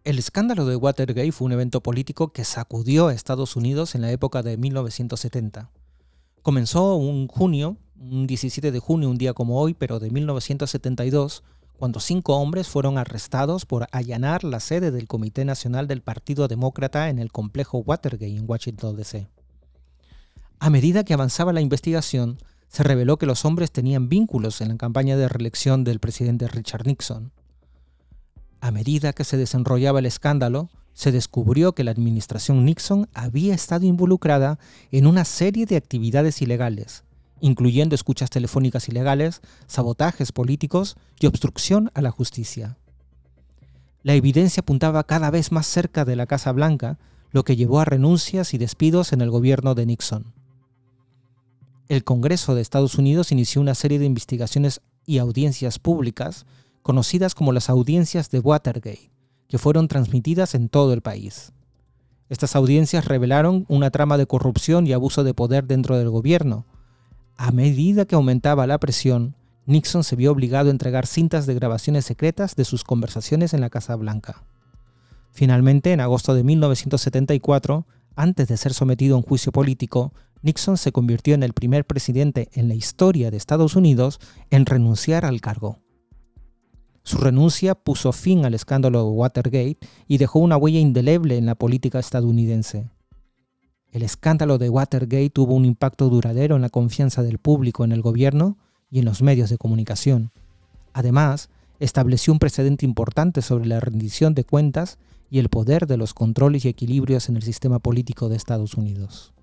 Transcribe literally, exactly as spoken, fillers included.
El escándalo de Watergate fue un evento político que sacudió a Estados Unidos en la época de mil novecientos setenta. Comenzó un junio, un diecisiete de junio, un día como hoy, pero de mil novecientos setenta y dos, cuando cinco hombres fueron arrestados por allanar la sede del Comité Nacional del Partido Demócrata en el complejo Watergate en Washington, D C A medida que avanzaba la investigación, se reveló que los hombres tenían vínculos en la campaña de reelección del presidente Richard Nixon. A medida que se desenrollaba el escándalo, se descubrió que la administración Nixon había estado involucrada en una serie de actividades ilegales, incluyendo escuchas telefónicas ilegales, sabotajes políticos y obstrucción a la justicia. La evidencia apuntaba cada vez más cerca de la Casa Blanca, lo que llevó a renuncias y despidos en el gobierno de Nixon. El Congreso de Estados Unidos inició una serie de investigaciones y audiencias públicas conocidas como las audiencias de Watergate, que fueron transmitidas en todo el país. Estas audiencias revelaron una trama de corrupción y abuso de poder dentro del gobierno. A medida que aumentaba la presión, Nixon se vio obligado a entregar cintas de grabaciones secretas de sus conversaciones en la Casa Blanca. Finalmente, en agosto de mil novecientos setenta y cuatro, antes de ser sometido a un juicio político, Nixon se convirtió en el primer presidente en la historia de Estados Unidos en renunciar al cargo. Su renuncia puso fin al escándalo de Watergate y dejó una huella indeleble en la política estadounidense. El escándalo de Watergate tuvo un impacto duradero en la confianza del público en el gobierno y en los medios de comunicación. Además, estableció un precedente importante sobre la rendición de cuentas y el poder de los controles y equilibrios en el sistema político de Estados Unidos.